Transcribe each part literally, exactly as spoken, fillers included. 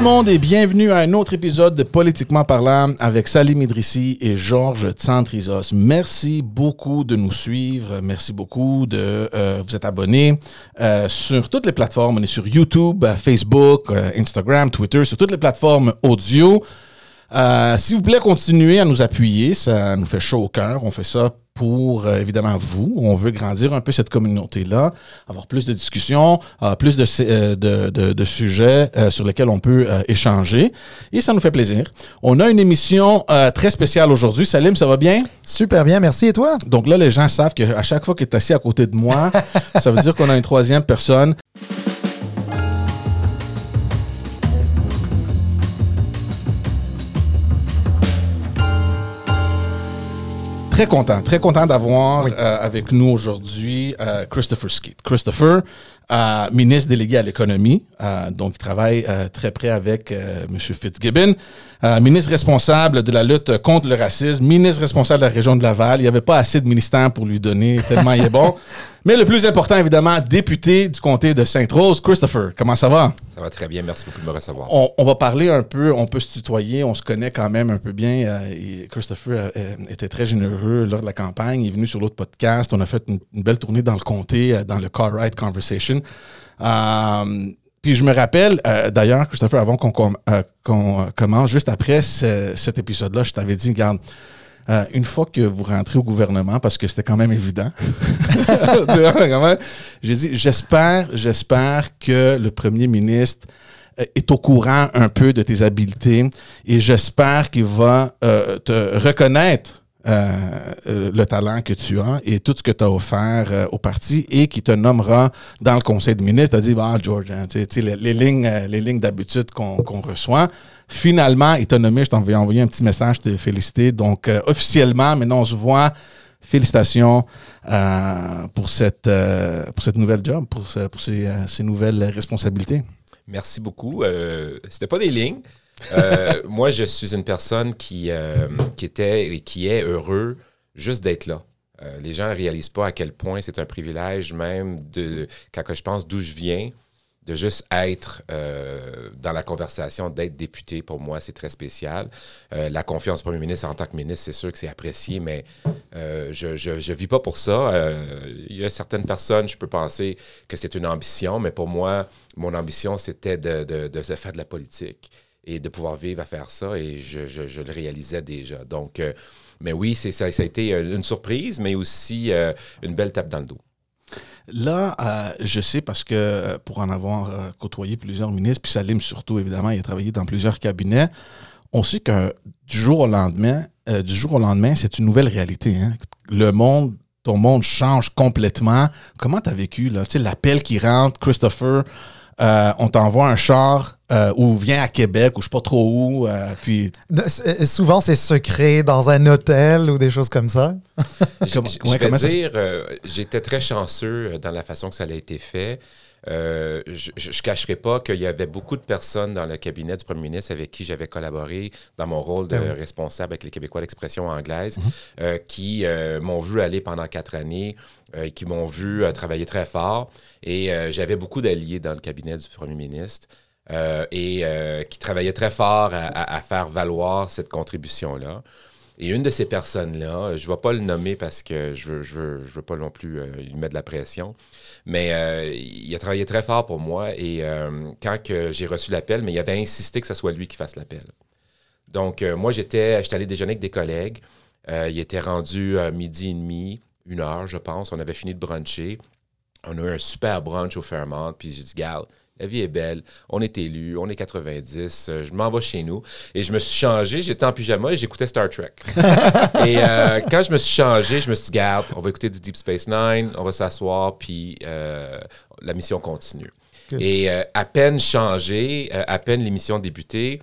le monde et bienvenue à un autre épisode de Politiquement parlant avec Salim Idrissi et Georges Tsantrizos. Merci beaucoup de nous suivre. Merci beaucoup de euh, vous être abonnés euh, sur toutes les plateformes. On est sur YouTube, Facebook, euh, Instagram, Twitter, sur toutes les plateformes audio. Euh, S'il vous plaît, continuez à nous appuyer. Ça nous fait chaud au cœur. On fait ça pour, euh, évidemment, vous. On veut grandir un peu cette communauté-là, avoir plus de discussions, euh, plus de, euh, de, de, de sujets euh, sur lesquels on peut euh, échanger. Et ça nous fait plaisir. On a une émission euh, très spéciale aujourd'hui. Salim, ça va bien? Super bien, merci. Et toi? Donc là, les gens savent qu'à chaque fois qu'il est assis à côté de moi, ça veut dire qu'on a une troisième personne. Très content, très content d'avoir oui. euh, avec nous aujourd'hui euh, Christopher Skeete. Christopher, euh, ministre délégué à l'économie, euh, donc il travaille euh, très près avec euh, M. Fitzgibbon, euh, ministre responsable de la lutte contre le racisme, ministre responsable de la région de Laval. Il n'y avait pas assez de ministères pour lui donner tellement il est bon. Mais le plus important, évidemment, député du comté de Sainte-Rose. Christopher, comment ça va? Ça va très bien, merci beaucoup de me recevoir. On, on va parler un peu, on peut se tutoyer, on se connaît quand même un peu bien. Euh, et Christopher euh, était très généreux lors de la campagne, il est venu sur l'autre podcast, on a fait une, une belle tournée dans le comté, euh, dans le Car Ride Conversation. Euh, puis je me rappelle, euh, d'ailleurs, Christopher, avant qu'on, com- euh, qu'on commence, juste après ce, cet épisode-là, je t'avais dit, regarde, Euh, une fois que vous rentrez au gouvernement, parce que c'était quand même évident, j'ai dit, j'espère, j'espère que le premier ministre euh, est au courant un peu de tes habiletés et j'espère qu'il va euh, te reconnaître euh, euh, le talent que tu as et tout ce que tu as offert euh, au parti et qu'il te nommera dans le conseil de ministres. Tu as dit, ah, George, hein, tu sais, les, les, lignes, euh, les lignes d'habitude qu'on, qu'on reçoit. Finalement, il t'a nommé, je t'envoie envoyé un petit message, te féliciter. Donc, euh, officiellement, maintenant, on se voit. Félicitations euh, pour, cette, euh, pour cette nouvelle job, pour, ce, pour ces, euh, ces nouvelles responsabilités. Merci beaucoup. Euh, c'était pas des lignes. Euh, moi, je suis une personne qui, euh, qui était et qui est heureux juste d'être là. Euh, les gens ne réalisent pas à quel point c'est un privilège, même de quand je pense d'où je viens, de juste être euh, dans la conversation, d'être député, pour moi, c'est très spécial. Euh, la confiance du premier ministre en tant que ministre, c'est sûr que c'est apprécié, mais euh, je ne vis pas pour ça. Euh, il y a certaines personnes, je peux penser que c'est une ambition, mais pour moi, mon ambition, c'était de, de, de faire de la politique et de pouvoir vivre à faire ça, et je, je, je le réalisais déjà. Donc, euh, mais oui, c'est, ça, ça a été une surprise, mais aussi euh, une belle tape dans le dos. Là, euh, je sais parce que euh, pour en avoir euh, côtoyé plusieurs ministres, puis Salim surtout, évidemment, il a travaillé dans plusieurs cabinets, on sait que du jour au lendemain, euh, du jour au lendemain, c'est une nouvelle réalité. Hein? Le monde, ton monde change complètement. Comment tu as vécu, là? Tu sais, l'appel qui rentre, Christopher, euh, on t'envoie un char euh, ou viens à Québec ou je sais pas trop où. Euh, puis... De, c- souvent, c'est secret dans un hôtel ou des choses comme ça. Je, je, je vais dire, euh, j'étais très chanceux dans la façon que ça a été fait. Euh, je ne cacherai pas qu'il y avait beaucoup de personnes dans le cabinet du premier ministre avec qui j'avais collaboré dans mon rôle de oui. responsable avec les Québécois d'expression anglaise, mm-hmm. euh, qui euh, m'ont vu aller pendant quatre années, euh, qui m'ont vu euh, travailler très fort. Et euh, j'avais beaucoup d'alliés dans le cabinet du premier ministre euh, et euh, qui travaillaient très fort à, à, à faire valoir cette contribution-là. Et une de ces personnes-là, je ne vais pas le nommer parce que je ne veux, je veux, je veux pas non plus euh, lui mettre de la pression, mais euh, il a travaillé très fort pour moi et euh, quand que j'ai reçu l'appel, mais il avait insisté que ce soit lui qui fasse l'appel. Donc, euh, moi, j'étais, j'étais allé déjeuner avec des collègues. Euh, il était rendu à midi et demi, une heure, je pense. On avait fini de bruncher. On a eu un super brunch au Fairmont, puis j'ai dit, garde, la vie est belle, on est élus, on est quatre-vingt-dix, euh, je m'en vais chez nous. Et je me suis changé, j'étais en pyjama et j'écoutais Star Trek. et euh, quand je me suis changé, je me suis dit, garde, on va écouter du Deep Space Nine, on va s'asseoir, puis euh, la mission continue. Good. Et euh, à peine changé, euh, à peine l'émission débutée,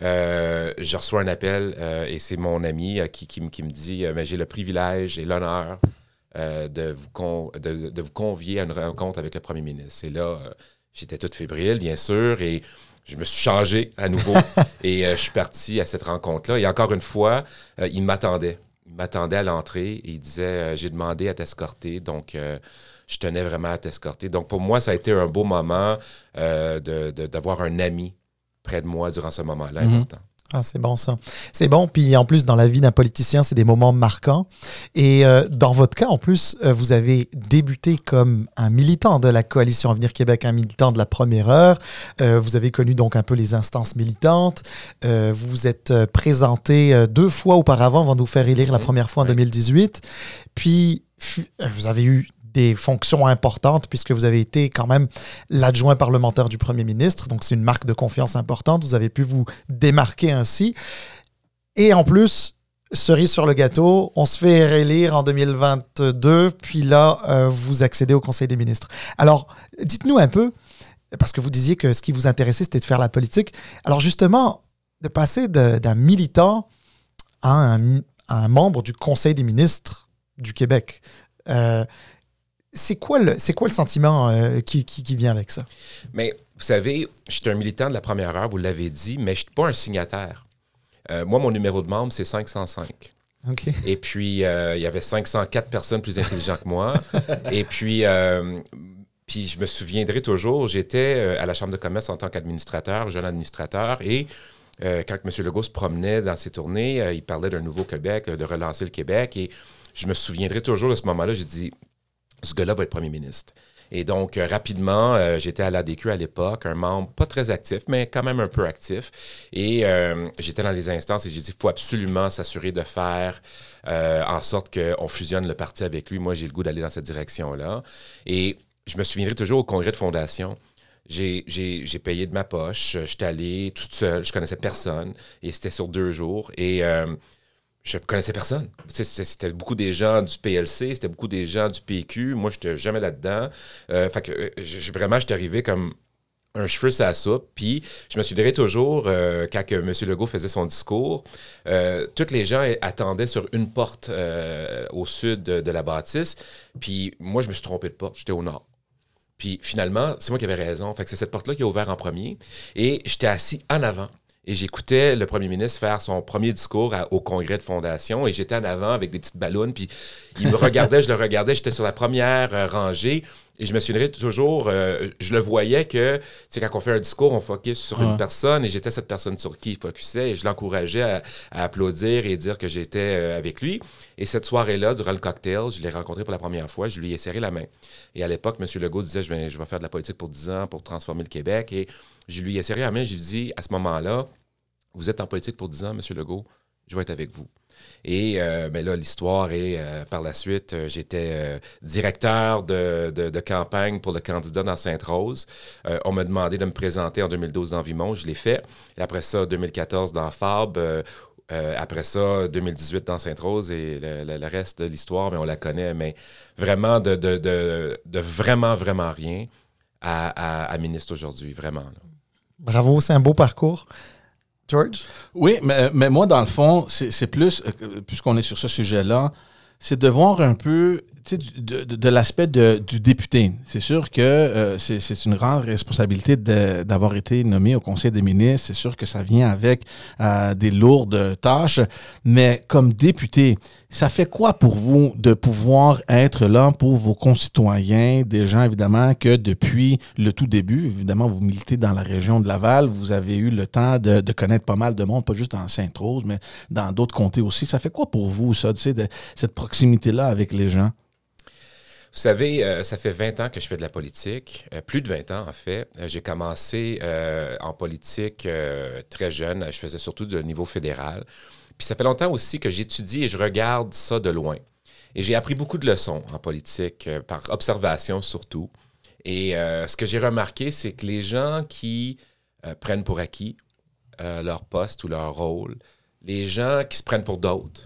euh, je reçois un appel euh, et c'est mon ami euh, qui, qui, qui me dit, euh, mais j'ai le privilège et l'honneur euh, de, vous con- de, de vous convier à une rencontre avec le premier ministre. C'est là... Euh, J'étais toute fébrile, bien sûr, et je me suis changé à nouveau. et euh, je suis parti à cette rencontre-là. Et encore une fois, euh, il m'attendait. Il m'attendait à l'entrée et il disait euh, « J'ai demandé à t'escorter, donc euh, je tenais vraiment à t'escorter. » Donc pour moi, ça a été un beau moment euh, de, de, d'avoir un ami près de moi durant ce moment-là Mm-hmm. important. Ah, c'est bon ça. C'est bon. Puis en plus, dans la vie d'un politicien, c'est des moments marquants. Et euh, dans votre cas, en plus, euh, vous avez débuté comme un militant de la Coalition Avenir Québec, un militant de la première heure. Euh, vous avez connu donc un peu les instances militantes. Euh, vous vous êtes euh, présenté euh, deux fois auparavant avant de vous faire élire la première fois en deux mille dix-huit. Puis, f- vous avez eu des fonctions importantes puisque vous avez été quand même l'adjoint parlementaire du premier ministre. Donc, c'est une marque de confiance importante. Vous avez pu vous démarquer ainsi. Et en plus, cerise sur le gâteau, on se fait réélire en deux mille vingt-deux. Puis là, euh, vous accédez au Conseil des ministres. Alors, dites-nous un peu, parce que vous disiez que ce qui vous intéressait, c'était de faire la politique. Alors justement, de passer de, d'un militant à un, à un membre du Conseil des ministres du Québec, euh, C'est quoi le, c'est quoi le sentiment euh, qui, qui, qui vient avec ça? Mais vous savez, je suis un militant de la première heure, vous l'avez dit, mais je ne suis pas un signataire. Euh, moi, mon numéro de membre, c'est cinq cent cinq. OK. Et puis, euh, il y avait cinq cent quatre personnes plus intelligentes que moi. Et puis, euh, puis, je me souviendrai toujours, j'étais euh, à la Chambre de commerce en tant qu'administrateur, jeune administrateur, et euh, quand M. Legault se promenait dans ses tournées, euh, il parlait d'un nouveau Québec, euh, de relancer le Québec, et je me souviendrai toujours de ce moment-là, j'ai dit... ce gars-là va être premier ministre. Et donc, euh, rapidement, euh, j'étais à l'A D Q à l'époque, un membre pas très actif, mais quand même un peu actif. Et euh, j'étais dans les instances et j'ai dit, il faut absolument s'assurer de faire euh, en sorte qu'on fusionne le parti avec lui. Moi, j'ai le goût d'aller dans cette direction-là. Et je me souviendrai toujours au congrès de fondation. J'ai, j'ai, j'ai payé de ma poche. J'étais allé toute seule. Je connaissais personne. Et c'était sur deux jours. Et... Euh, je ne connaissais personne. C'était beaucoup des gens du P L C, c'était beaucoup des gens du P Q. Moi, je n'étais jamais là-dedans. Euh, fait que je, vraiment, j'étais arrivé comme un cheveu sur la soupe. Puis, je me souviendrai toujours, euh, quand que M. Legault faisait son discours, euh, tous les gens attendaient sur une porte euh, au sud de, de la bâtisse. Puis, moi, je me suis trompé de porte. J'étais au nord. Puis, finalement, c'est moi qui avais raison. Fait que c'est cette porte-là qui a ouvert en premier. Et j'étais assis en avant. Et j'écoutais le premier ministre faire son premier discours à, au congrès de fondation et j'étais en avant avec des petites ballons, puis il me regardait, je le regardais, j'étais sur la première euh, rangée et je me souviendrai toujours, euh, je le voyais que, tu sais, quand on fait un discours, on focus sur ouais. une personne et j'étais cette personne sur qui il focusait et je l'encourageais à, à applaudir et dire que j'étais euh, avec lui. Et cette soirée-là, durant le cocktail, je l'ai rencontré pour la première fois, je lui ai serré la main. Et à l'époque, M. Legault disait, je vais, je vais faire de la politique pour dix ans pour transformer le Québec et je lui ai serré la main, je lui ai dit, à ce moment-là, vous êtes en politique pour dix ans, M. Legault, je vais être avec vous. Et euh, ben là, l'histoire est, euh, par la suite, euh, j'étais euh, directeur de, de, de campagne pour le candidat dans Sainte-Rose. Euh, on m'a demandé de me présenter en deux mille douze dans Vimont, je l'ai fait. Et après ça, deux mille quatorze dans Fabre. Euh, euh, après ça, deux mille dix-huit dans Sainte-Rose. Et le, le, le reste de l'histoire, ben, on la connaît. Mais vraiment, de, de, de, de vraiment, vraiment rien à, à, à ministre aujourd'hui, vraiment. Là. Bravo, c'est un beau parcours. George? Oui, mais, mais moi, dans le fond, c'est, c'est plus, euh, puisqu'on est sur ce sujet-là, c'est de voir un peu de, de, de l'aspect de, du député. C'est sûr que euh, c'est, c'est une grande responsabilité de, d'avoir été nommé au Conseil des ministres. C'est sûr que ça vient avec euh, des lourdes tâches. Mais comme député, ça fait quoi pour vous de pouvoir être là pour vos concitoyens, des gens évidemment que depuis le tout début, évidemment vous militez dans la région de Laval, vous avez eu le temps de, de connaître pas mal de monde, pas juste dans Sainte-Rose, mais dans d'autres comtés aussi. Ça fait quoi pour vous, ça, tu sais, de, cette proximité-là avec les gens? Vous savez, euh, ça fait vingt ans que je fais de la politique, euh, plus de vingt ans en fait. Euh, j'ai commencé euh, en politique euh, très jeune, je faisais surtout de niveau fédéral. Puis ça fait longtemps aussi que j'étudie et je regarde ça de loin. Et j'ai appris beaucoup de leçons en politique, euh, par observation surtout. Et euh, ce que j'ai remarqué, c'est que les gens qui euh, prennent pour acquis euh, leur poste ou leur rôle, les gens qui se prennent pour d'autres,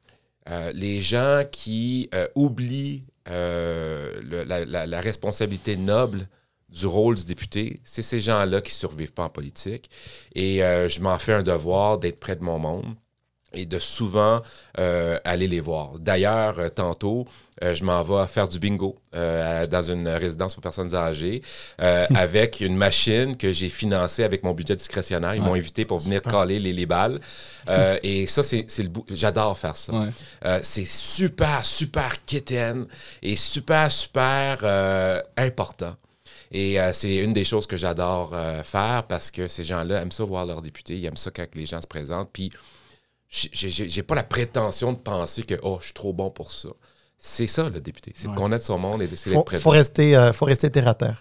euh, les gens qui euh, oublient euh, le, la, la, la responsabilité noble du rôle du député, c'est ces gens-là qui ne survivent pas en politique. Et euh, je m'en fais un devoir d'être près de mon monde et de souvent euh, aller les voir. D'ailleurs, euh, tantôt, euh, je m'en vais faire du bingo euh, dans une résidence pour personnes âgées euh, avec une machine que j'ai financée avec mon budget discrétionnaire. Ils ouais. m'ont invité pour venir super. caler les, les balles. Euh, et ça, c'est, c'est le bout. J'adore faire ça. Ouais. Euh, c'est super, super quétaine et super, super euh, important. Et euh, c'est une des choses que j'adore euh, faire parce que ces gens-là aiment ça voir leurs députés, ils aiment ça quand les gens se présentent. Puis, j'ai, j'ai, j'ai pas la prétention de penser que, oh, je suis trop bon pour ça. C'est ça, le député. C'est ouais. de connaître son monde et d'essayer faut, d'être présent. Faut rester, euh, faut rester terre à terre.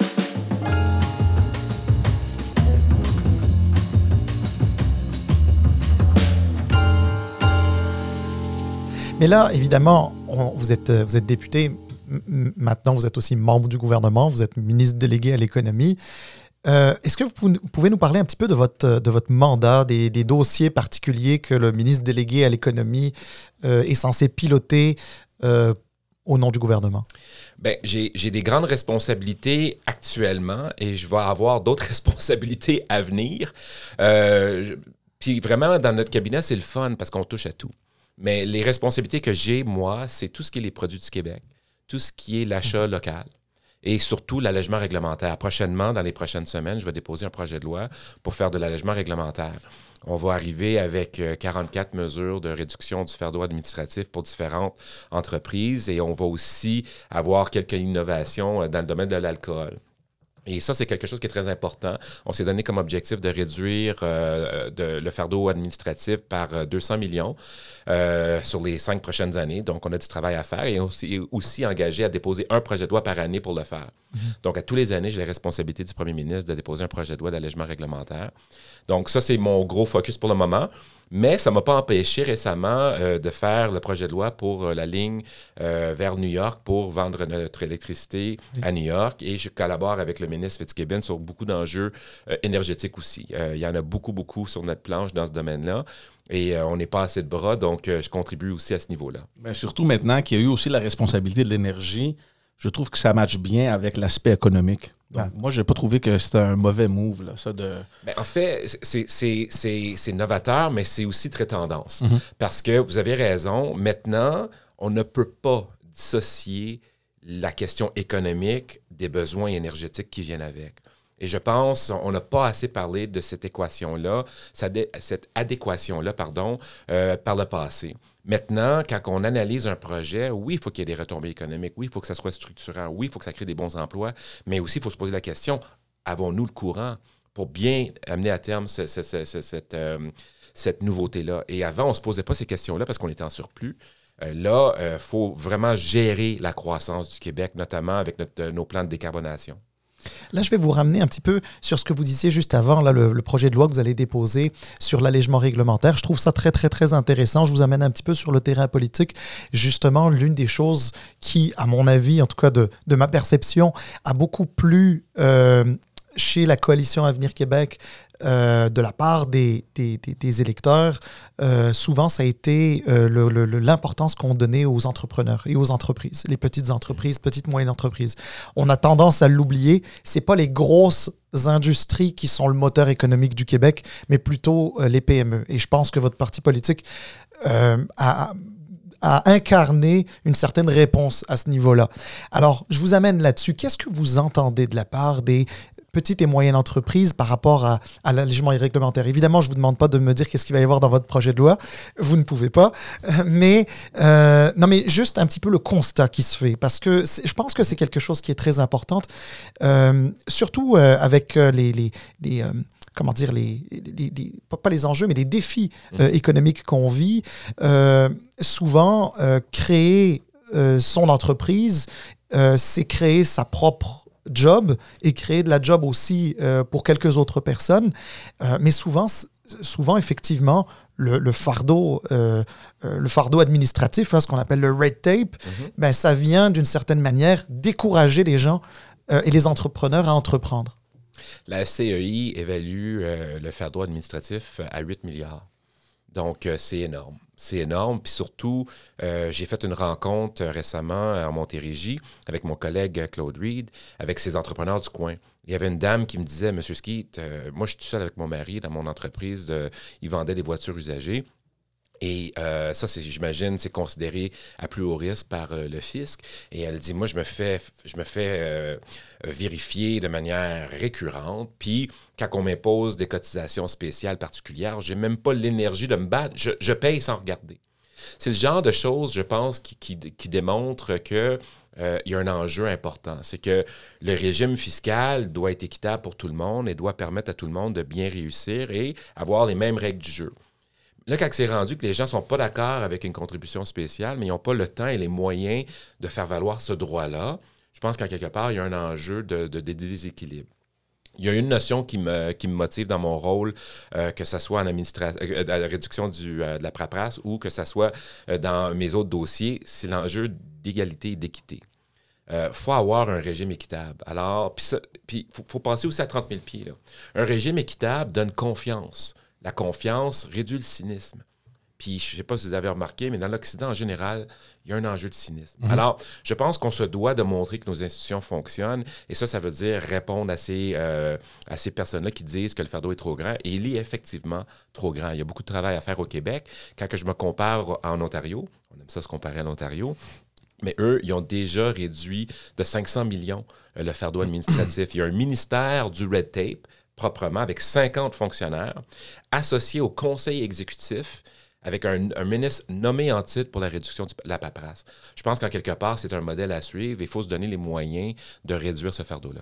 Mais là, évidemment, on, vous, êtes, vous êtes député. M- maintenant, vous êtes aussi membre du gouvernement. Vous êtes ministre délégué à l'économie. Euh, est-ce que vous pouvez nous parler un petit peu de votre, de votre mandat, des, des dossiers particuliers que le ministre délégué à l'économie euh, est censé piloter euh, au nom du gouvernement? Bien, j'ai, j'ai des grandes responsabilités actuellement et je vais avoir d'autres responsabilités à venir. Euh, je, puis vraiment, dans notre cabinet, c'est le fun parce qu'on touche à tout. Mais les responsabilités que j'ai, moi, c'est tout ce qui est les produits du Québec, tout ce qui est l'achat local et surtout l'allègement réglementaire. Prochainement, dans les prochaines semaines, je vais déposer un projet de loi pour faire de l'allègement réglementaire. On va arriver avec quarante-quatre mesures de réduction du fardeau administratif pour différentes entreprises et on va aussi avoir quelques innovations dans le domaine de l'alcool. Et ça, c'est quelque chose qui est très important. On s'est donné comme objectif de réduire euh, de, le fardeau administratif par deux cents millions euh, sur les cinq prochaines années. Donc, on a du travail à faire et on s'est aussi engagé à déposer un projet de loi par année pour le faire. Mm-hmm. Donc, à tous les années, j'ai la responsabilité du premier ministre de déposer un projet de loi d'allègement réglementaire. Donc, ça, c'est mon gros focus pour le moment. Mais ça ne m'a pas empêché récemment euh, de faire le projet de loi pour euh, la ligne euh, vers New York pour vendre notre électricité oui. à New York. Et je collabore avec le ministre Fitzgibbon sur beaucoup d'enjeux euh, énergétiques aussi. Euh, il y en a beaucoup, beaucoup sur notre planche dans ce domaine-là. Et euh, on n'est pas assez de bras, donc euh, je contribue aussi à ce niveau-là. Bien, surtout maintenant qu'il y a eu aussi la responsabilité de l'énergie, je trouve que ça matche bien avec l'aspect économique. Donc, ouais. moi, je n'ai pas trouvé que c'était un mauvais move, là, ça de... Bien, en fait, c'est, c'est, c'est, c'est novateur, mais c'est aussi très tendance. Mm-hmm. Parce que vous avez raison, maintenant, on ne peut pas dissocier la question économique des besoins énergétiques qui viennent avec. Et je pense on n'a pas assez parlé de cette équation-là, cette adéquation-là, pardon, euh, par le passé. Maintenant, quand on analyse un projet, oui, il faut qu'il y ait des retombées économiques, oui, il faut que ça soit structurant, oui, il faut que ça crée des bons emplois, mais aussi, il faut se poser la question, avons-nous le courant pour bien amener à terme ce, ce, ce, ce, cette, euh, cette nouveauté-là? Et avant, on ne se posait pas ces questions-là parce qu'on était en surplus. Euh, là, il euh, faut vraiment gérer la croissance du Québec, notamment avec notre, nos plans de décarbonation. Là, je vais vous ramener un petit peu sur ce que vous disiez juste avant, là, le, le projet de loi que vous allez déposer sur l'allègement réglementaire. Je trouve ça très, très, très intéressant. Je vous amène un petit peu sur le terrain politique. Justement, l'une des choses qui, à mon avis, en tout cas de, de ma perception, a beaucoup plu euh, chez la Coalition Avenir Québec, Euh, de la part des, des, des, des électeurs, euh, souvent, ça a été euh, le, le, l'importance qu'on donnait aux entrepreneurs et aux entreprises, les petites entreprises, petites, moyennes entreprises. On a tendance à l'oublier. Ce n'est pas les grosses industries qui sont le moteur économique du Québec, mais plutôt euh, les P M E. Et je pense que votre parti politique euh, a... à incarner une certaine réponse à ce niveau-là. Alors, je vous amène là-dessus. Qu'est-ce que vous entendez de la part des petites et moyennes entreprises par rapport à, à l'allègement réglementaire? Évidemment, je ne vous demande pas de me dire qu'est-ce qu'il va y avoir dans votre projet de loi. Vous ne pouvez pas. Mais, euh, non, mais juste un petit peu le constat qui se fait. Parce que je pense que c'est quelque chose qui est très important. Euh, surtout euh, avec les... les, les euh, comment dire, les, les, les, pas les enjeux, mais les défis euh, économiques qu'on vit. Euh, souvent, euh, créer euh, son entreprise, euh, c'est créer sa propre job et créer de la job aussi euh, pour quelques autres personnes. Euh, mais souvent, souvent effectivement, le, le, fardeau, euh, euh, le fardeau administratif, hein, ce qu'on appelle le red tape, mm-hmm. ben, ça vient d'une certaine manière décourager les gens euh, et les entrepreneurs à entreprendre. La F C E I évalue euh, le fardeau administratif à huit milliards. Donc, euh, c'est énorme. C'est énorme. Puis surtout, euh, j'ai fait une rencontre euh, récemment en Montérégie avec mon collègue Claude Reed, avec ses entrepreneurs du coin. Il y avait une dame qui me disait, « Monsieur Skeet, euh, moi, je suis tout seul avec mon mari dans mon entreprise. De, il vendait des voitures usagées. » Et euh, ça, c'est, j'imagine, c'est considéré à plus haut risque par euh, le fisc. Et elle dit, moi, je me fais, je me fais euh, vérifier de manière récurrente. Puis, quand on m'impose des cotisations spéciales particulières, j'ai même pas l'énergie de me battre. Je, je paye sans regarder. C'est le genre de choses, je pense, qui, qui, qui démontre que euh, il y a un enjeu important. C'est que le régime fiscal doit être équitable pour tout le monde et doit permettre à tout le monde de bien réussir et avoir les mêmes règles du jeu. Là, quand c'est rendu que les gens ne sont pas d'accord avec une contribution spéciale, mais ils n'ont pas le temps et les moyens de faire valoir ce droit-là, je pense qu'en quelque part, il y a un enjeu de, de, de déséquilibre. Il y a une notion qui me, qui me motive dans mon rôle, euh, que ce soit en administration, euh, à la réduction du, euh, de la paperasse ou que ce soit euh, dans mes autres dossiers, c'est l'enjeu d'égalité et d'équité. Il euh, faut avoir un régime équitable. Alors, puis il faut, faut penser aussi à trente mille pieds. Là. Un régime équitable donne confiance. La confiance réduit le cynisme. Puis, je ne sais pas si vous avez remarqué, mais dans l'Occident, en général, il y a un enjeu de cynisme. Mm-hmm. Alors, je pense qu'on se doit de montrer que nos institutions fonctionnent. Et ça, ça veut dire répondre à ces, euh, à ces personnes-là qui disent que le fardeau est trop grand. Et il est effectivement trop grand. Il y a beaucoup de travail à faire au Québec. Quand que je me compare en Ontario, on aime ça se comparer à l'Ontario, mais eux, ils ont déjà réduit de cinq cents millions euh, le fardeau administratif. Il y a un ministère du Red Tape, proprement, avec cinquante fonctionnaires, associés au conseil exécutif, avec un, un ministre nommé en titre pour la réduction de la paperasse. Je pense qu'en quelque part, c'est un modèle à suivre. Il faut se donner les moyens de réduire ce fardeau-là.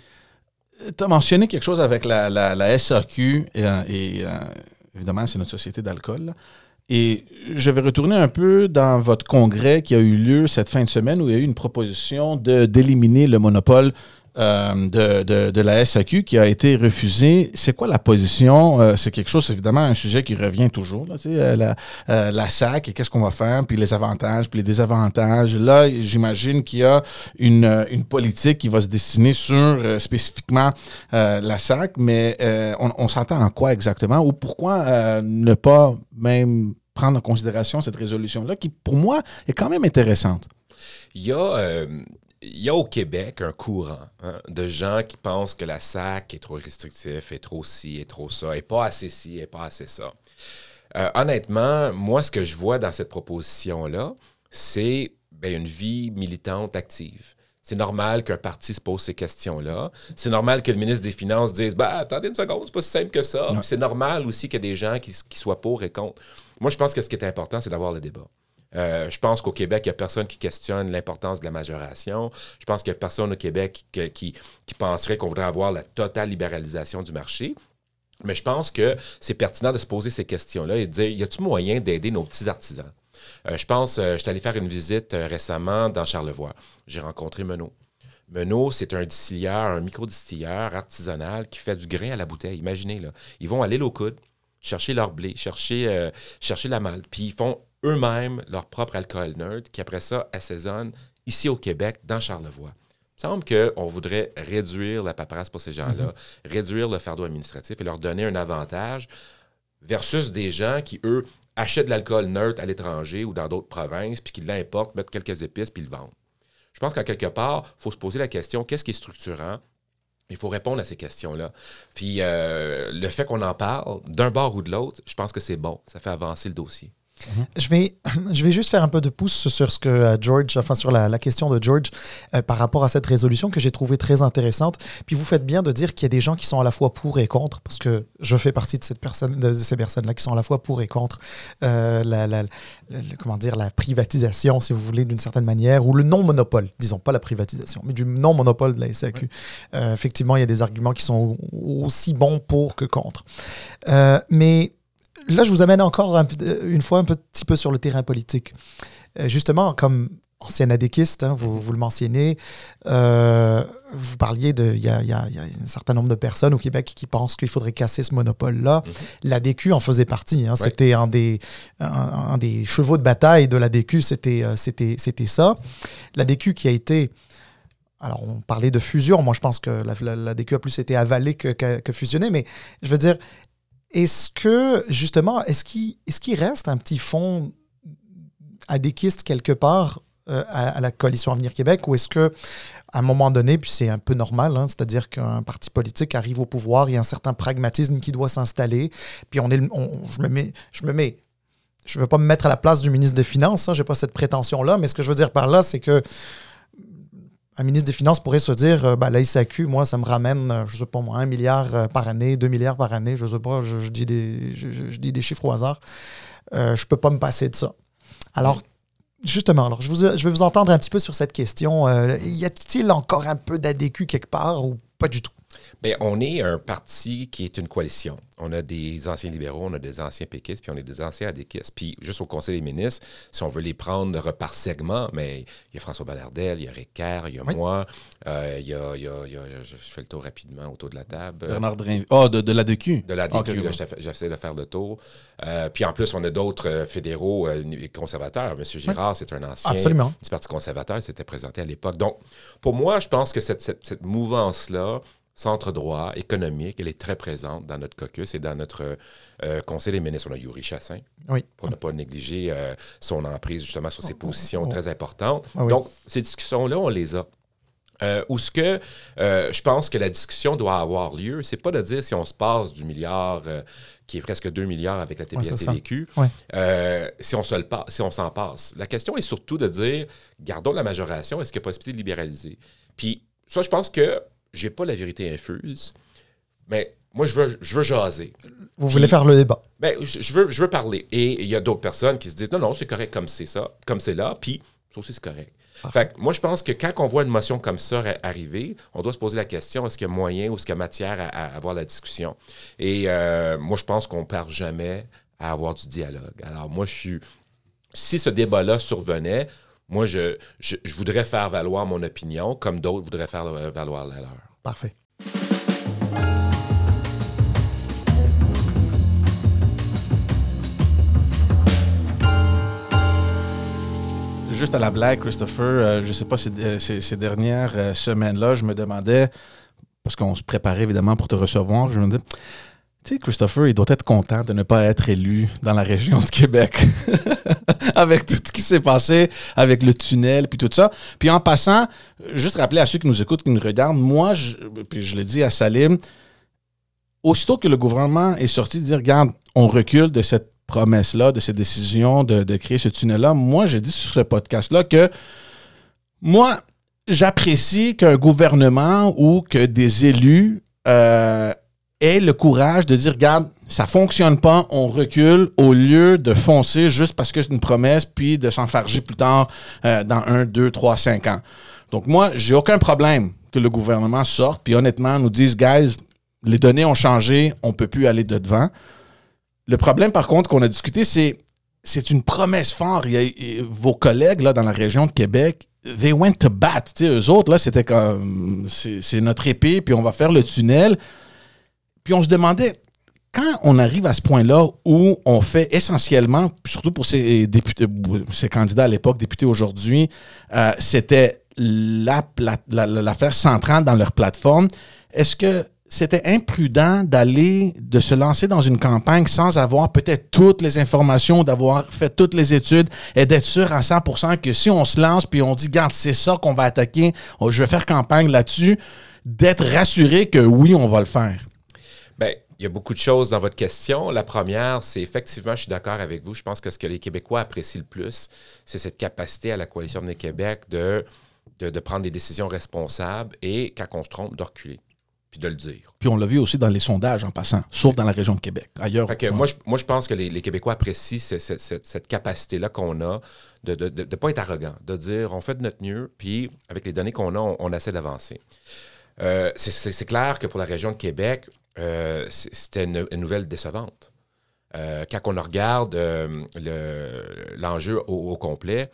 Tu as mentionné quelque chose avec la, la, la S A Q, et, et euh, évidemment, c'est notre société d'alcool, là. Et je vais retourner un peu dans votre congrès qui a eu lieu cette fin de semaine où il y a eu une proposition de, d'éliminer le monopole Euh, de, de, de la S A Q qui a été refusée. C'est quoi la position? Euh, c'est quelque chose, c'est évidemment un sujet qui revient toujours, là, tu sais, euh, la, euh, la S A C et qu'est-ce qu'on va faire, puis les avantages, puis les désavantages. Là, j'imagine qu'il y a une, une politique qui va se dessiner sur euh, spécifiquement euh, la S A C, mais euh, on, on s'entend en quoi exactement? Ou pourquoi euh, ne pas même prendre en considération cette résolution-là qui, pour moi, est quand même intéressante? Il y a... Euh... Il y a au Québec un courant hein, de gens qui pensent que la S A C est trop restrictif, est trop ci, est trop ça, est pas assez ci, est pas assez ça. Euh, honnêtement, moi, ce que je vois dans cette proposition-là, c'est ben, une vie militante active. C'est normal qu'un parti se pose ces questions-là. C'est normal que le ministre des Finances dise bah, « attendez une seconde, c'est pas si simple que ça. » C'est normal aussi qu'il y ait des gens qui, qui soient pour et contre. Moi, je pense que ce qui est important, c'est d'avoir le débat. Euh, je pense qu'au Québec, il n'y a personne qui questionne l'importance de la majoration. Je pense qu'il n'y a personne au Québec qui, qui, qui penserait qu'on voudrait avoir la totale libéralisation du marché. Mais je pense que c'est pertinent de se poser ces questions-là et de dire, y a-t-il moyen d'aider nos petits artisans? Euh, je pense, euh, je suis allé faire une visite euh, récemment dans Charlevoix. J'ai rencontré Menot. Menot, c'est un distilleur, un micro-distilleur artisanal qui fait du grain à la bouteille. Imaginez, là. Ils vont à l'île aux coudes, chercher leur blé, chercher, euh, chercher la malte, puis ils font eux-mêmes leur propre alcool neutre qui, après ça, assaisonnent ici au Québec, dans Charlevoix. Il me semble qu'on voudrait réduire la paperasse pour ces gens-là, mm-hmm. réduire le fardeau administratif et leur donner un avantage versus des gens qui, eux, achètent de l'alcool neutre à l'étranger ou dans d'autres provinces, puis qui l'importent, mettent quelques épices, puis le vendent. Je pense qu'en quelque part, il faut se poser la question, qu'est-ce qui est structurant? Il faut répondre à ces questions-là. Puis euh, le fait qu'on en parle, d'un bord ou de l'autre, je pense que c'est bon. Ça fait avancer le dossier. Mm-hmm. Je vais, je vais juste faire un peu de pouce sur ce que euh, George, enfin sur la, la question de George euh, par rapport à cette résolution que j'ai trouvée très intéressante. Puis vous faites bien de dire qu'il y a des gens qui sont à la fois pour et contre, parce que je fais partie de, cette personne, de ces personnes-là qui sont à la fois pour et contre euh, la, la, la, comment dire, la privatisation, si vous voulez, d'une certaine manière, ou le non-monopole, disons pas la privatisation, mais du non-monopole de la S A Q. Ouais. Euh, effectivement, il y a des arguments qui sont aussi bons pour que contre. Euh, mais là, je vous amène encore un, une fois un petit peu sur le terrain politique. Euh, justement, comme ancien adéquiste, hein, vous, vous le mentionnez, euh, vous parliez de... Il y a, y a, y a un certain nombre de personnes au Québec qui pensent qu'il faudrait casser ce monopole-là. Mm-hmm. L'A D Q en faisait partie. Hein, ouais. C'était un des, un, un des chevaux de bataille de l'A D Q, c'était, c'était, c'était ça. L'A D Q qui a été... Alors, on parlait de fusion. Moi, je pense que la, la, l'A D Q a plus été avalée que, que, que fusionnée. Mais je veux dire... Est-ce que, justement, est-ce qu'il, est-ce qu'il reste un petit fond adéquiste quelque part euh, à, à la Coalition Avenir Québec, ou est-ce qu'à un moment donné, puis c'est un peu normal, hein, c'est-à-dire qu'un parti politique arrive au pouvoir, il y a un certain pragmatisme qui doit s'installer, puis on est, on, je me mets, je me mets, je ne veux pas me mettre à la place du ministre des Finances, hein, je n'ai pas cette prétention-là, mais ce que je veux dire par là, c'est que un ministre des Finances pourrait se dire euh, ben, la S A Q, moi, ça me ramène, euh, je ne sais pas moi, un milliard euh, par année, deux milliards par année, je ne sais pas, je, je, dis des, je, je dis des chiffres au hasard. Euh, je ne peux pas me passer de ça. Alors, Justement, alors je, vous, je vais vous entendre un petit peu sur cette question. Euh, y a-t-il encore un peu d'A D Q quelque part ou pas du tout? Bien, on est un parti qui est une coalition. On a des anciens libéraux, on a des anciens péquistes, puis on a des anciens adéquistes. Puis juste au Conseil des ministres, si on veut les prendre par segment, mais il y a François Bonnardel, il y a Rick Kerr, il y a oui. moi, euh, il, y a, il, y a, il y a, je fais le tour rapidement autour de la table. Bernard Drinville. Oh, de, de l'A D Q. De l'A D Q, okay, là, ouais. J'essaie de faire le tour. Euh, puis en plus, on a d'autres euh, fédéraux euh, conservateurs. M. Girard, oui. c'est un ancien Absolument. du Parti conservateur, il s'était présenté à l'époque. Donc, pour moi, je pense que cette, cette, cette mouvance-là, centre-droit, économique, elle est très présente dans notre caucus et dans notre euh, Conseil des ministres. On a Yuri Chassin, oui. pour ne pas négliger euh, son emprise justement sur ses positions oh. très importantes. Ah, oui. Donc, ces discussions-là, on les a. Euh, où ce que euh, je pense que la discussion doit avoir lieu, c'est pas de dire si on se passe du milliard, euh, qui est presque deux milliards avec la T P S T V Q, ouais, euh, si on se le passe, si on s'en passe. La question est surtout de dire, gardons la majoration, est-ce qu'il y a possibilité de libéraliser? Puis ça, je pense que j'ai pas la vérité infuse, mais moi, je veux, je veux jaser. Vous Puis, voulez faire le débat? Ben, je, je, veux, je veux parler. Et il y a d'autres personnes qui se disent, non, non, c'est correct comme c'est ça, comme c'est là, puis ça aussi, c'est correct. Fait que moi, je pense que quand on voit une motion comme ça arriver, on doit se poser la question, est-ce qu'il y a moyen ou est-ce qu'il y a matière à, à avoir la discussion? Et euh, moi, je pense qu'on ne perd jamais à avoir du dialogue. Alors moi, je suis... Si ce débat-là survenait, moi, je, je, je voudrais faire valoir mon opinion, comme d'autres voudraient faire valoir la leur. Parfait. Juste à la blague, Christopher, euh, je ne sais pas, ces, ces, ces dernières euh, semaines-là, je me demandais, parce qu'on se préparait évidemment pour te recevoir, je me disais, tu sais, Christopher, il doit être content de ne pas être élu dans la région de Québec. Avec tout ce qui s'est passé, avec le tunnel, puis tout ça. Puis en passant, juste rappeler à ceux qui nous écoutent, qui nous regardent, moi, je, puis je l'ai dit à Salim, aussitôt que le gouvernement est sorti de dire, regarde, on recule de cette promesse-là, de cette décision de, de créer ce tunnel-là, moi, j'ai dit sur ce podcast-là que moi, j'apprécie qu'un gouvernement ou que des élus euh, aient le courage de dire, regarde, ça fonctionne pas, on recule, au lieu de foncer juste parce que c'est une promesse, puis de s'enfarger plus tard euh, dans un, deux, trois, cinq ans. Donc moi, j'ai aucun problème que le gouvernement sorte, puis honnêtement, nous dise, guys, les données ont changé, on peut plus aller de devant. Le problème, par contre, qu'on a discuté, c'est c'est une promesse forte. Il y a, il y a, vos collègues là, dans la région de Québec, they went to bat. T'sais, eux autres, là, c'était comme, c'est, c'est notre épée, puis on va faire le tunnel. Puis on se demandait, quand on arrive à ce point-là où on fait essentiellement, surtout pour ces députés, ces candidats à l'époque, députés aujourd'hui, euh, c'était la, la, la, l'affaire centrale dans leur plateforme, est-ce que c'était imprudent d'aller, de se lancer dans une campagne sans avoir peut-être toutes les informations, d'avoir fait toutes les études et d'être sûr à cent pour cent que si on se lance puis on dit, regarde, c'est ça qu'on va attaquer, je vais faire campagne là-dessus, d'être rassuré que oui, on va le faire? Bien, il y a beaucoup de choses dans votre question. La première, c'est effectivement, je suis d'accord avec vous, je pense que ce que les Québécois apprécient le plus, c'est cette capacité à la Coalition Avenir Québec de, de, de prendre des décisions responsables et, quand on se trompe, de reculer. Puis de le dire. Puis on l'a vu aussi dans les sondages en passant, sauf dans la région de Québec. Ailleurs. Fait que ouais. moi, je, moi, je pense que les, les Québécois apprécient cette, cette, cette, cette capacité-là qu'on a de ne de, de, de pas être arrogant, de dire on fait de notre mieux, puis avec les données qu'on a, on, on essaie d'avancer. Euh, c'est, c'est, c'est clair que pour la région de Québec, euh, c'était une, une nouvelle décevante. Euh, quand on regarde euh, le, l'enjeu au, au complet,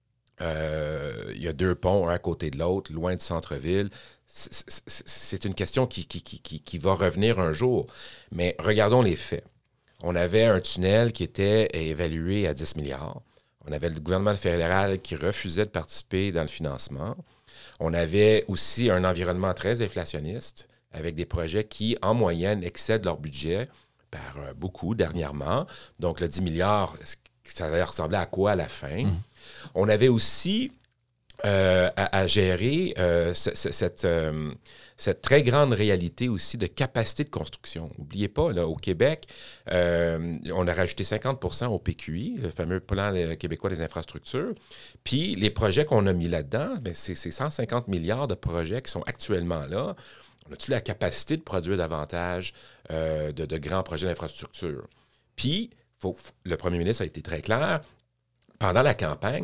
euh, il y a deux ponts, un à côté de l'autre, loin du centre-ville. C'est une question qui, qui, qui, qui va revenir un jour. Mais regardons les faits. On avait un tunnel qui était évalué à dix milliards. On avait le gouvernement fédéral qui refusait de participer dans le financement. On avait aussi un environnement très inflationniste avec des projets qui, en moyenne, excèdent leur budget par beaucoup dernièrement. Donc, le dix milliards, ça allait ressembler à quoi à la fin? Mmh. On avait aussi... Euh, à, à gérer euh, c- c- cette, euh, cette très grande réalité aussi de capacité de construction. N'oubliez pas, là, au Québec, euh, on a rajouté cinquante pour cent au P Q I, le fameux plan québécois des infrastructures. Puis les projets qu'on a mis là-dedans, bien, c'est, c'est cent cinquante milliards de projets qui sont actuellement là. On a-tu la capacité de produire davantage euh, de, de grands projets d'infrastructure? Puis, faut, le premier ministre a été très clair, pendant la campagne,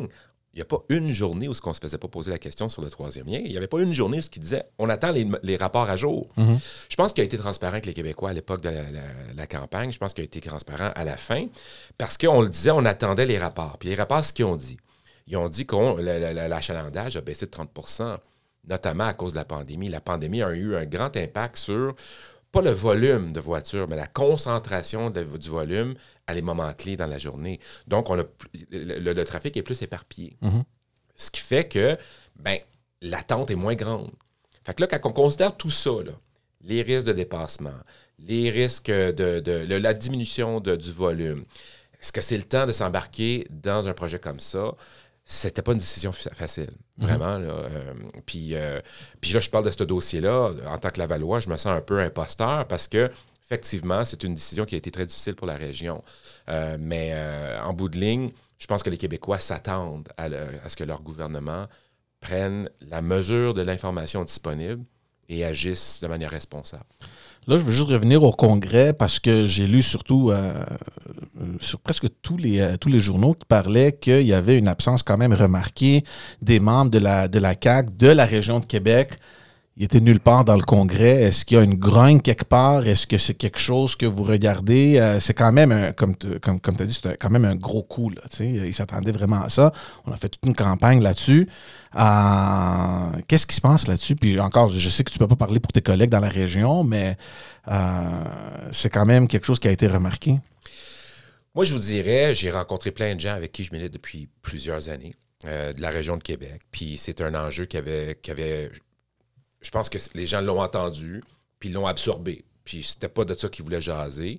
il n'y a pas une journée où on ne se faisait pas poser la question sur le troisième lien. Il n'y avait pas une journée où il disait on attend les, les rapports à jour. Mm-hmm. Je pense qu'il a été transparent avec les Québécois à l'époque de la, la, la campagne. Je pense qu'il a été transparent à la fin parce qu'on le disait, on attendait les rapports. Puis les rapports, ce qu'ils ont dit, ils ont dit que l'achalandage a baissé de trente pour cent, notamment à cause de la pandémie. La pandémie a eu un grand impact sur, pas le volume de voitures, mais la concentration de, du volume à les moments clés dans la journée. Donc, on a, le, le, le trafic est plus éparpillé. Mm-hmm. Ce qui fait que ben, l'attente est moins grande. Fait que là, quand on considère tout ça, là, les risques de dépassement, les risques de, de, de la diminution de, du volume, est-ce que c'est le temps de s'embarquer dans un projet comme ça? C'était pas une décision facile, vraiment. Mm-hmm. Là, euh, puis, euh, puis là, je parle de ce dossier-là. En tant que Lavallois, je me sens un peu imposteur parce que, effectivement, c'est une décision qui a été très difficile pour la région. Euh, mais euh, en bout de ligne, je pense que les Québécois s'attendent à, le, à ce que leur gouvernement prenne la mesure de l'information disponible et agisse de manière responsable. Là, je veux juste revenir au Congrès parce que j'ai lu surtout euh, sur presque tous les, euh, tous les journaux qui parlaient qu'il y avait une absence quand même remarquée des membres de la, de la C A Q, de la région de Québec. Ils étaient nulle part dans le Congrès. Est-ce qu'il y a une grogne quelque part? Est-ce que c'est quelque chose que vous regardez? Euh, c'est quand même, un, comme tu comme, comme as dit, c'est un, quand même un gros coup. Là, ils s'attendaient vraiment à ça. On a fait toute une campagne là-dessus. Euh, qu'est-ce qui se passe là-dessus? Puis encore, je sais que tu ne peux pas parler pour tes collègues dans la région, mais euh, c'est quand même quelque chose qui a été remarqué. Moi, je vous dirais, j'ai rencontré plein de gens avec qui je milite depuis plusieurs années, euh, de la région de Québec. Puis c'est un enjeu qui avait... Qui avait je pense que les gens l'ont entendu, puis l'ont absorbé. Puis c'était pas de ça qu'ils voulaient jaser.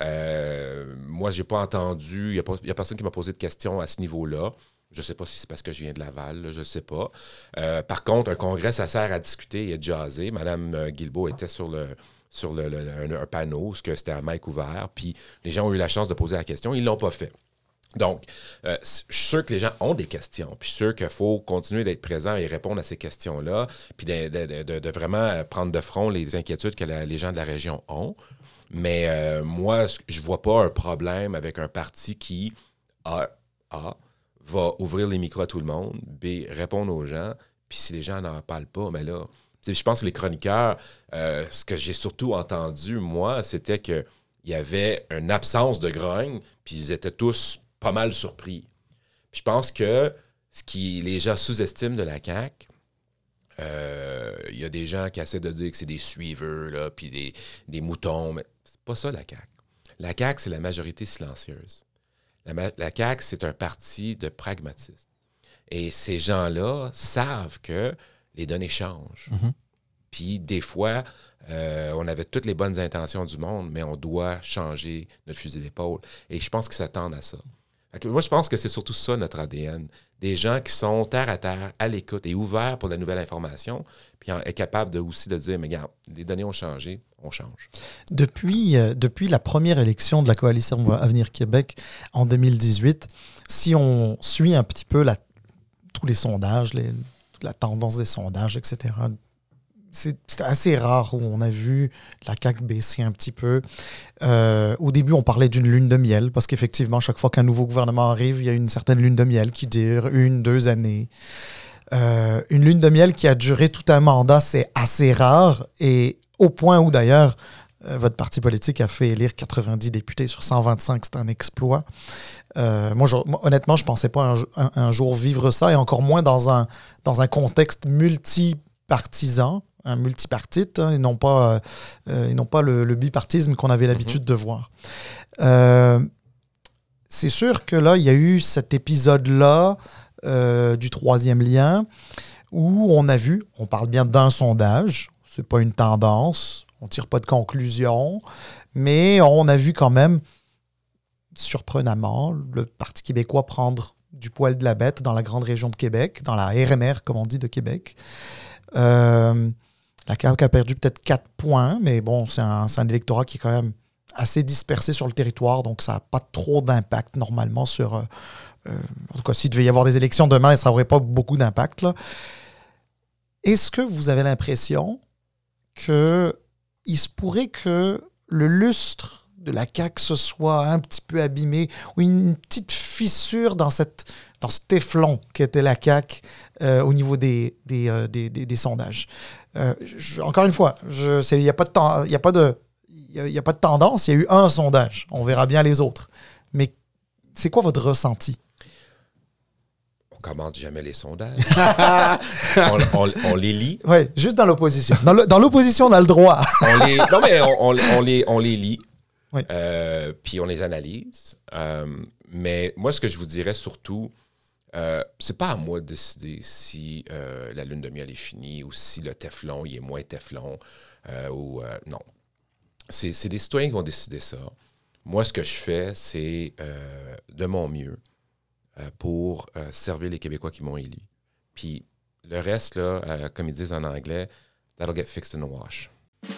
Euh, moi, j'ai pas entendu, il n'y a, a personne qui m'a posé de questions à ce niveau-là. Je sais pas si c'est parce que je viens de Laval, là, je sais pas. Euh, par contre, un congrès, ça sert à discuter et à jaser. Madame Guilbeault était sur le sur le, le, un, un panneau, ce que c'était un mic ouvert, puis les gens ont eu la chance de poser la question, ils l'ont pas fait. Donc, euh, je suis sûr que les gens ont des questions, puis je suis sûr qu'il faut continuer d'être présent et répondre à ces questions-là, puis de, de, de, de vraiment prendre de front les inquiétudes que la, les gens de la région ont. Mais euh, moi, je vois pas un problème avec un parti qui, A, A, va ouvrir les micros à tout le monde, B, répondre aux gens, puis si les gens n'en parlent pas, mais là, je pense que les chroniqueurs, euh, ce que j'ai surtout entendu, moi, c'était qu'il y avait une absence de grogne, puis ils étaient tous pas mal surpris. Puis je pense que ce qui les gens sous-estiment de la C A Q, il euh, y a des gens qui essaient de dire que c'est des suiveurs, là, puis des, des moutons, mais c'est pas ça la C A Q. La C A Q, c'est la majorité silencieuse. La, la C A Q, c'est un parti de pragmatisme. Et ces gens-là savent que les données changent. Mm-hmm. Puis des fois, euh, on avait toutes les bonnes intentions du monde, mais on doit changer notre fusil d'épaule. Et je pense qu'ils s'attendent à ça. Moi, je pense que c'est surtout ça, notre A D N. Des gens qui sont terre à terre, à l'écoute et ouverts pour la nouvelle information, puis est capable de, aussi de dire, mais regarde, les données ont changé, on change. Depuis, euh, depuis la première élection de la Coalition Avenir Québec en deux mille dix-huit, si on suit un petit peu la, tous les sondages, les, la tendance des sondages, et cetera, c'est, c'est assez rare où on a vu la C A Q baisser un petit peu. Euh, au début, on parlait d'une lune de miel, parce qu'effectivement, chaque fois qu'un nouveau gouvernement arrive, il y a une certaine lune de miel qui dure une, deux années. Euh, une lune de miel qui a duré tout un mandat, c'est assez rare, et au point où, d'ailleurs, euh, votre parti politique a fait élire quatre-vingt-dix députés sur cent vingt-cinq, c'est un exploit. Euh, moi, je, moi, honnêtement, je ne pensais pas un, un, un jour vivre ça, et encore moins dans un, dans un contexte multipartisan, un multipartite, hein, et non pas, euh, et non pas le, le bipartisme qu'on avait l'habitude mm-hmm. de voir. Euh, c'est sûr que là, il y a eu cet épisode-là euh, du troisième lien où on a vu, on parle bien d'un sondage, c'est pas une tendance, on tire pas de conclusion, mais on a vu quand même, surprenamment, le Parti québécois prendre du poil de la bête dans la grande région de Québec, dans la R M R, comme on dit, de Québec. Euh, La C A Q a perdu peut-être quatre points, mais bon, c'est un, c'est un électorat qui est quand même assez dispersé sur le territoire, donc ça n'a pas trop d'impact normalement sur... Euh, euh, en tout cas, s'il devait y avoir des élections demain, ça n'aurait pas beaucoup d'impact, là. Est-ce que vous avez l'impression qu'il se pourrait que le lustre de la C A Q se soit un petit peu abîmé, ou une petite fissure dans, cette, dans ce téflon qu'était la C A Q euh, au niveau des, des, euh, des, des, des sondages. Euh, je, encore une fois, il n'y a pas de temps, il y a pas de, il y a pas de tendance, il y a eu un sondage. On verra bien les autres. Mais c'est quoi votre ressenti? On commente jamais les sondages. on, on, on les lit. Oui, juste dans l'opposition. Dans, le, dans l'opposition, on a le droit. on les, non, mais on, on, on, les, on les lit. Oui. Euh, puis on les analyse. Euh, mais moi, ce que je vous dirais surtout, euh, c'est pas à moi de décider si euh, la lune de miel est finie ou si le téflon il est moins téflon. Euh, ou, euh, non. C'est, c'est des citoyens qui vont décider ça. Moi, ce que je fais, c'est euh, de mon mieux euh, pour euh, servir les Québécois qui m'ont élu. Puis le reste, là, euh, comme ils disent en anglais, that'll get fixed in the wash.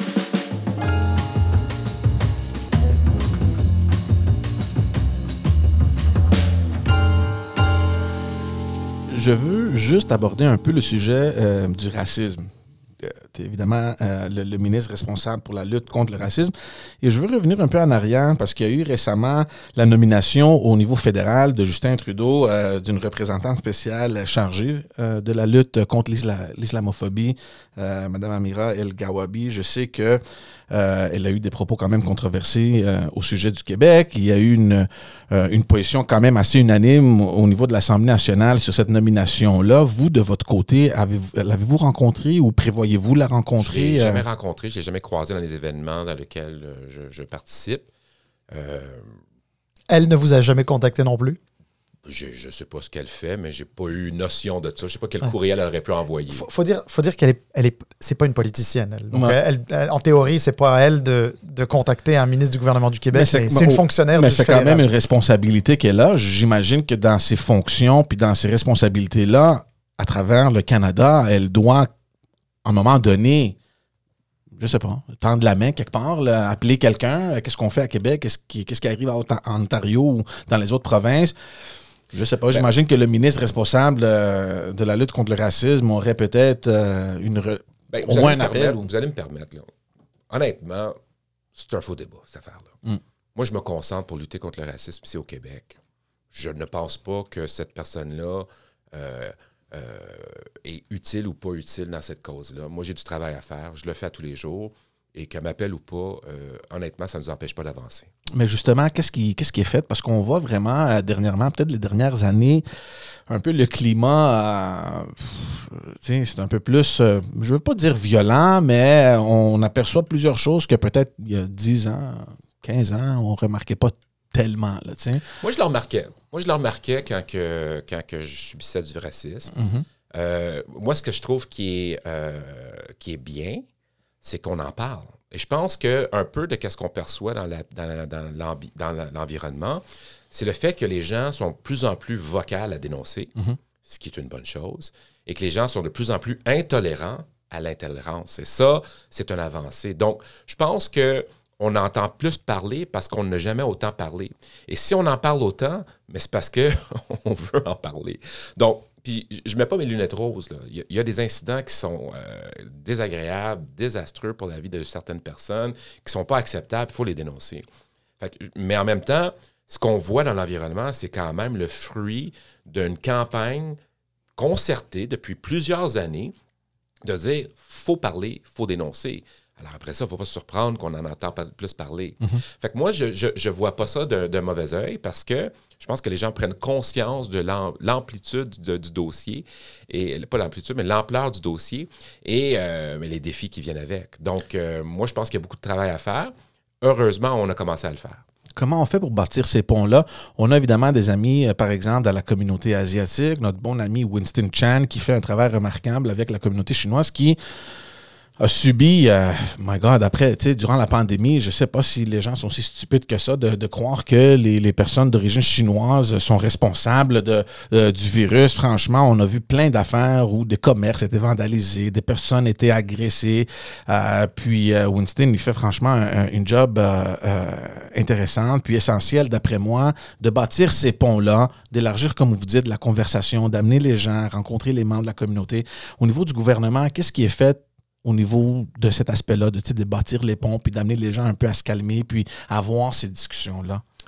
Je veux juste aborder un peu le sujet euh, du racisme. Euh, tu es évidemment euh, le, le ministre responsable pour la lutte contre le racisme. Et je veux revenir un peu en arrière parce qu'il y a eu récemment la nomination au niveau fédéral de Justin Trudeau euh, d'une représentante spéciale chargée euh, de la lutte contre l'isla- l'islamophobie, euh, Mme Amira El-Gawabi. Je sais que Euh, elle a eu des propos quand même controversés euh, au sujet du Québec. Il y a eu une, euh, une position quand même assez unanime au niveau de l'Assemblée nationale sur cette nomination-là. Vous, de votre côté, avez-vous, l'avez-vous rencontrée ou prévoyez-vous la rencontrer? Je ne l'ai euh... jamais rencontrée, je ne l'ai jamais croisée dans les événements dans lesquels euh, je, je participe. Euh... Elle ne vous a jamais contacté non plus? Je ne sais pas ce qu'elle fait, mais j'ai pas eu notion de ça. Je ne sais pas quel courriel elle aurait pu envoyer. Faut, faut dire, faut dire qu'elle est, elle est, c'est pas une politicienne. Elle. Donc ouais. elle, elle, en théorie, c'est pas à elle de, de contacter un ministre du gouvernement du Québec. Mais c'est, mais c'est une fonctionnaire. Mais du c'est fédéral. quand même une responsabilité qu'elle a. J'imagine que dans ses fonctions puis dans ses responsabilités-là, à travers le Canada, elle doit, à un moment donné, je sais pas, tendre la main quelque part, là, appeler quelqu'un. Qu'est-ce qu'on fait à Québec? Qu'est-ce qui, qu'est-ce qui arrive en Ontario ou dans les autres provinces? Je sais pas, ben, j'imagine que le ministre responsable euh, de la lutte contre le racisme aurait peut-être euh, une re... ben, au moins un appel. Ou... Vous allez me permettre, là. Honnêtement, c'est un faux débat, cette affaire-là. Mm. Moi, je me concentre pour lutter contre le racisme ici au Québec. Je ne pense pas que cette personne-là euh, euh, est utile ou pas utile dans cette cause-là. Moi, j'ai du travail à faire, je le fais à tous les jours. Et qu'elle m'appelle ou pas, euh, honnêtement, ça ne nous empêche pas d'avancer. Mais justement, qu'est-ce qui, qu'est-ce qui est fait? Parce qu'on voit vraiment, euh, dernièrement, peut-être les dernières années, un peu le climat, euh, c'est un peu plus, euh, je ne veux pas dire violent, mais on aperçoit plusieurs choses que peut-être il y a dix ans, quinze ans, on ne remarquait pas tellement. Là, Moi, je le remarquais. Moi, je le remarquais quand, que, quand que je subissais du racisme. Mm-hmm. Euh, moi, ce que je trouve qui est, euh, qui est bien, c'est qu'on en parle. Et je pense qu'un peu de ce qu'on perçoit dans, la, dans, la, dans, l'ambi, dans la, l'environnement, c'est le fait que les gens sont de plus en plus vocales à dénoncer, mm-hmm. ce qui est une bonne chose, et que les gens sont de plus en plus intolérants à l'intolérance. Et ça, c'est une avancée. Donc, je pense qu'on entend plus parler parce qu'on n'a jamais autant parlé. Et si on en parle autant, mais c'est parce qu'on veut en parler. Donc, puis je ne mets pas mes lunettes roses. Là. Il, y a, il y a des incidents qui sont euh, désagréables, désastreux pour la vie de certaines personnes, qui ne sont pas acceptables, il faut les dénoncer. Fait que, mais en même temps, ce qu'on voit dans l'environnement, c'est quand même le fruit d'une campagne concertée depuis plusieurs années de dire « faut parler, il faut dénoncer ». Alors après ça, il ne faut pas se surprendre qu'on en entend plus parler. Mm-hmm. Fait que moi, je ne vois pas ça d'un, d'un mauvais œil parce que je pense que les gens prennent conscience de l'amplitude de, du dossier, et pas l'amplitude, mais l'ampleur du dossier et euh, mais les défis qui viennent avec. Donc, euh, moi, je pense qu'il y a beaucoup de travail à faire. Heureusement, on a commencé à le faire. Comment on fait pour bâtir ces ponts-là? On a évidemment des amis, euh, par exemple, dans la communauté asiatique. Notre bon ami Winston Chan qui fait un travail remarquable avec la communauté chinoise qui a subi, euh, my God, après, tu sais, durant la pandémie, je sais pas si les gens sont si stupides que ça de, de croire que les, les personnes d'origine chinoise sont responsables de, euh, du virus. Franchement, on a vu plein d'affaires où des commerces étaient vandalisés, des personnes étaient agressées. Euh, puis euh, Winston, il fait franchement un, un, une job euh, euh, intéressante, puis essentielle, d'après moi, de bâtir ces ponts-là, d'élargir, comme vous dites, la conversation, d'amener les gens, rencontrer les membres de la communauté. Au niveau du gouvernement, qu'est-ce qui est fait au niveau de cet aspect-là, de, de bâtir les ponts, puis d'amener les gens un peu à se calmer, puis à avoir ces discussions-là?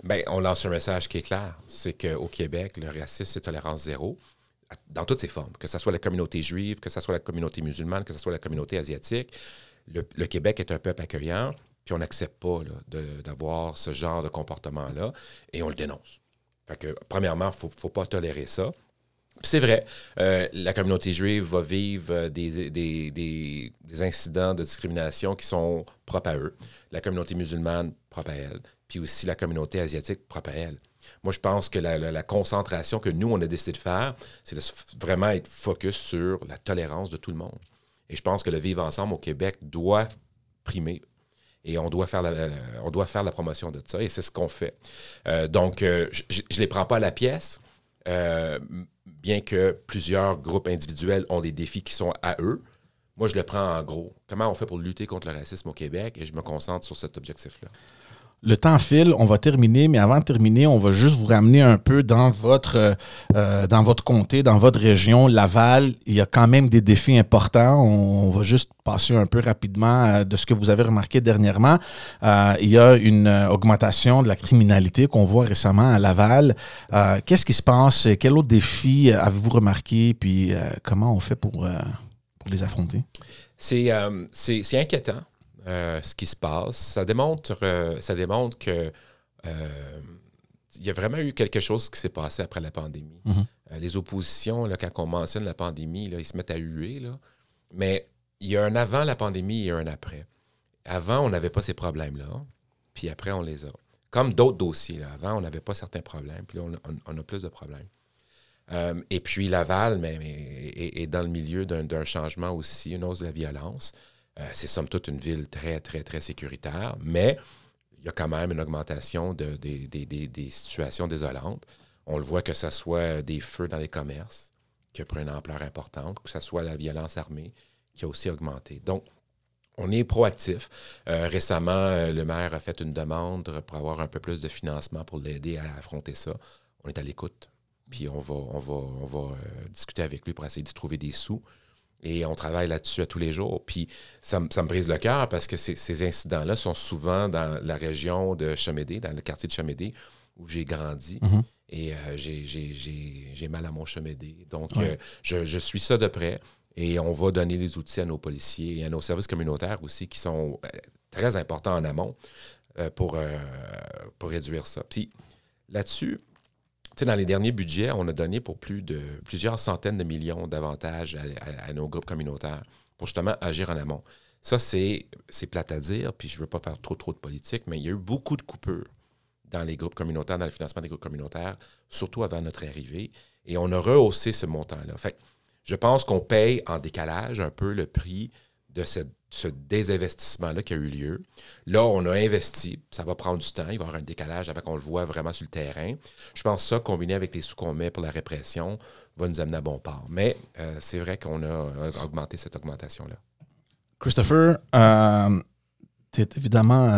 Bien, on lance un message qui est clair. C'est qu'au Québec, le racisme, c'est tolérance zéro, dans toutes ses formes. Que ce soit la communauté juive, que ce soit la communauté musulmane, que ce soit la communauté asiatique. Le, le Québec est un peuple accueillant, puis on n'accepte pas là, de, d'avoir ce genre de comportement-là, et on le dénonce. Fait que, premièrement, il ne faut, faut pas tolérer ça. Puis c'est vrai, euh, la communauté juive va vivre des, des, des, des incidents de discrimination qui sont propres à eux. La communauté musulmane, propre à elle. Puis aussi la communauté asiatique, propre à elle. Moi, je pense que la, la, la concentration que nous, on a décidé de faire, c'est de vraiment être focus sur la tolérance de tout le monde. Et je pense que le vivre ensemble au Québec doit primer. Et on doit faire la, euh, on doit faire la promotion de ça. Et c'est ce qu'on fait. Euh, donc, euh, je ne les prends pas à la pièce. Euh, bien que plusieurs groupes individuels ont des défis qui sont à eux, moi, je le prends en gros. Comment on fait pour lutter contre le racisme au Québec? Et je me concentre sur cet objectif-là. Le temps file, on va terminer, mais avant de terminer, on va juste vous ramener un peu dans votre, euh, dans votre comté, dans votre région, Laval. Il y a quand même des défis importants. On, on va juste passer un peu rapidement euh, de ce que vous avez remarqué dernièrement. Euh, il y a une euh, augmentation de la criminalité qu'on voit récemment à Laval. Euh, qu'est-ce qui se passe? Quel autre défi avez-vous remarqué? Puis euh, comment on fait pour, euh, pour les affronter? C'est, euh, c'est, c'est inquiétant. Euh, ce qui se passe, ça démontre, euh, ça démontre que euh, il y a vraiment eu quelque chose qui s'est passé après la pandémie. Mm-hmm. Euh, les oppositions, là, quand on mentionne la pandémie, là, ils se mettent à huer, là. Mais il y a un avant la pandémie et un après. Avant, on n'avait pas ces problèmes-là, puis après, on les a. Comme d'autres dossiers. Là. Avant, on n'avait pas certains problèmes, puis là, on a, on a plus de problèmes. Euh, et puis, Laval mais, mais, est, est dans le milieu d'un, d'un changement aussi, une hausse de la violence. Euh, c'est somme toute une ville très, très, très sécuritaire, mais il y a quand même une augmentation de, de, de, de, des situations désolantes. On le voit que ce soit des feux dans les commerces, qui a pris une ampleur importante, que ce soit la violence armée, qui a aussi augmenté. Donc, on est proactif. Euh, récemment, euh, le maire a fait une demande pour avoir un peu plus de financement pour l'aider à affronter ça. On est à l'écoute, puis on va, on va, on va euh, discuter avec lui pour essayer de trouver des sous. Et on travaille là-dessus à tous les jours. Puis ça, ça me brise le cœur parce que ces, ces incidents-là sont souvent dans la région de Chamédé, dans le quartier de Chamédé, où j'ai grandi. Mm-hmm. Et euh, j'ai, j'ai, j'ai, j'ai mal à mon Chamédé. Donc, ouais. euh, je, je suis ça de près. Et on va donner les outils à nos policiers et à nos services communautaires aussi, qui sont euh, très importants en amont euh, pour, euh, pour réduire ça. Puis là-dessus, tu sais, dans les derniers budgets, on a donné pour plus de plusieurs centaines de millions d'avantages à, à, à nos groupes communautaires pour justement agir en amont. Ça, c'est, c'est plate à dire, puis je ne veux pas faire trop, trop de politique, mais il y a eu beaucoup de coupures dans les groupes communautaires, dans le financement des groupes communautaires, surtout avant notre arrivée, et on a rehaussé ce montant-là. Fait que je pense qu'on paye en décalage un peu le prix de cette ce désinvestissement-là qui a eu lieu. Là, on a investi. Ça va prendre du temps. Il va y avoir un décalage avant qu'on le voit vraiment sur le terrain. Je pense que ça, combiné avec les sous qu'on met pour la répression, va nous amener à bon port. Mais euh, c'est vrai qu'on a augmenté cette augmentation-là. Christopher, euh, tu es évidemment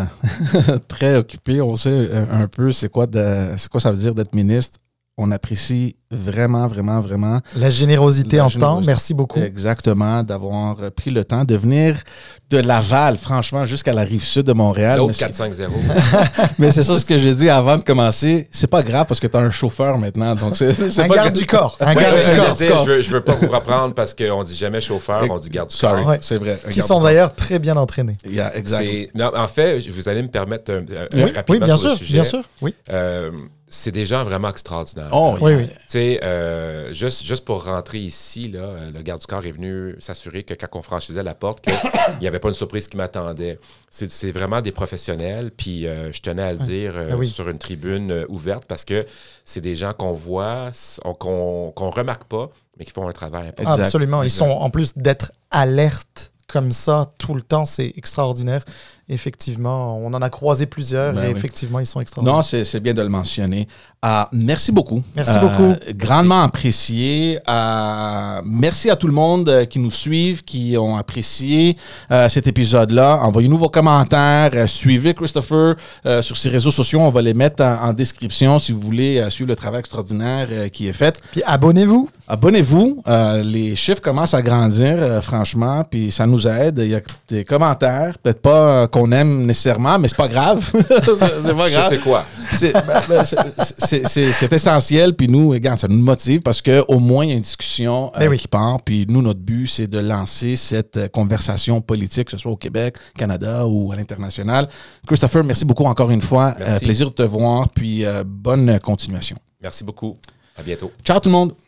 très occupé. On sait un peu c'est quoi, de, c'est quoi ça veut dire d'être ministre. On apprécie vraiment, vraiment, vraiment... La générosité la en générosité. temps. Merci beaucoup. Exactement, d'avoir pris le temps de venir de Laval, franchement, jusqu'à la rive sud de Montréal. L'autre quatre cent cinquante. Mais c'est ça ce que j'ai dit avant de commencer. C'est pas grave parce que tu as un chauffeur maintenant. Donc c'est, c'est un pas garde grave. du corps. Un ouais, garde ouais, du corps. Dire, je, veux, je veux pas vous reprendre parce qu'on dit jamais chauffeur, on dit garde du Sorry, corps. Ouais. C'est vrai. Qui sont d'ailleurs très bien entraînés. Yeah, exact. Non, en fait, vous allez me permettre un, un, oui, rapidement oui, bien sur sûr, le sujet. Bien sûr, oui. Euh, c'est des gens vraiment extraordinaires. Oh, oui, oui. Tu sais, euh, juste, juste pour rentrer ici, là, le garde du corps est venu s'assurer que quand on franchissait la porte, qu'il n'y avait pas une surprise qui m'attendait. C'est, c'est vraiment des professionnels, puis euh, je tenais à le dire euh, ah, oui. sur une tribune euh, ouverte parce que c'est des gens qu'on voit, qu'on qu'on remarque pas, mais qui font un travail important. Ah, absolument. Ils sont, en plus d'être alertes comme ça tout le temps, c'est extraordinaire. Effectivement, on en a croisé plusieurs ben et oui. effectivement, ils sont extraordinaires. Non, c'est, c'est bien de le mentionner. Euh, merci beaucoup. Merci euh, beaucoup. Grandement merci. apprécié. Euh, merci à tout le monde qui nous suivent, qui ont apprécié euh, cet épisode-là. Envoyez-nous vos commentaires. Euh, suivez Christopher euh, sur ses réseaux sociaux. On va les mettre en, en description si vous voulez euh, suivre le travail extraordinaire euh, qui est fait. Puis abonnez-vous. Abonnez-vous. Euh, les chiffres commencent à grandir, euh, franchement, puis ça nous aide. Il y a des commentaires, peut-être pas euh, qu'on aime nécessairement, mais c'est pas grave. c'est pas grave. Je sais quoi. C'est, ben, ben, c'est, c'est, c'est, c'est essentiel, puis nous, regarde, ça nous motive parce qu'au moins, il y a une discussion euh, oui. qui part, puis nous, notre but, c'est de lancer cette conversation politique, que ce soit au Québec, Canada ou à l'international. Christopher, merci beaucoup encore une fois. Euh, plaisir de te voir, puis euh, bonne continuation. Merci beaucoup. À bientôt. Ciao tout le monde.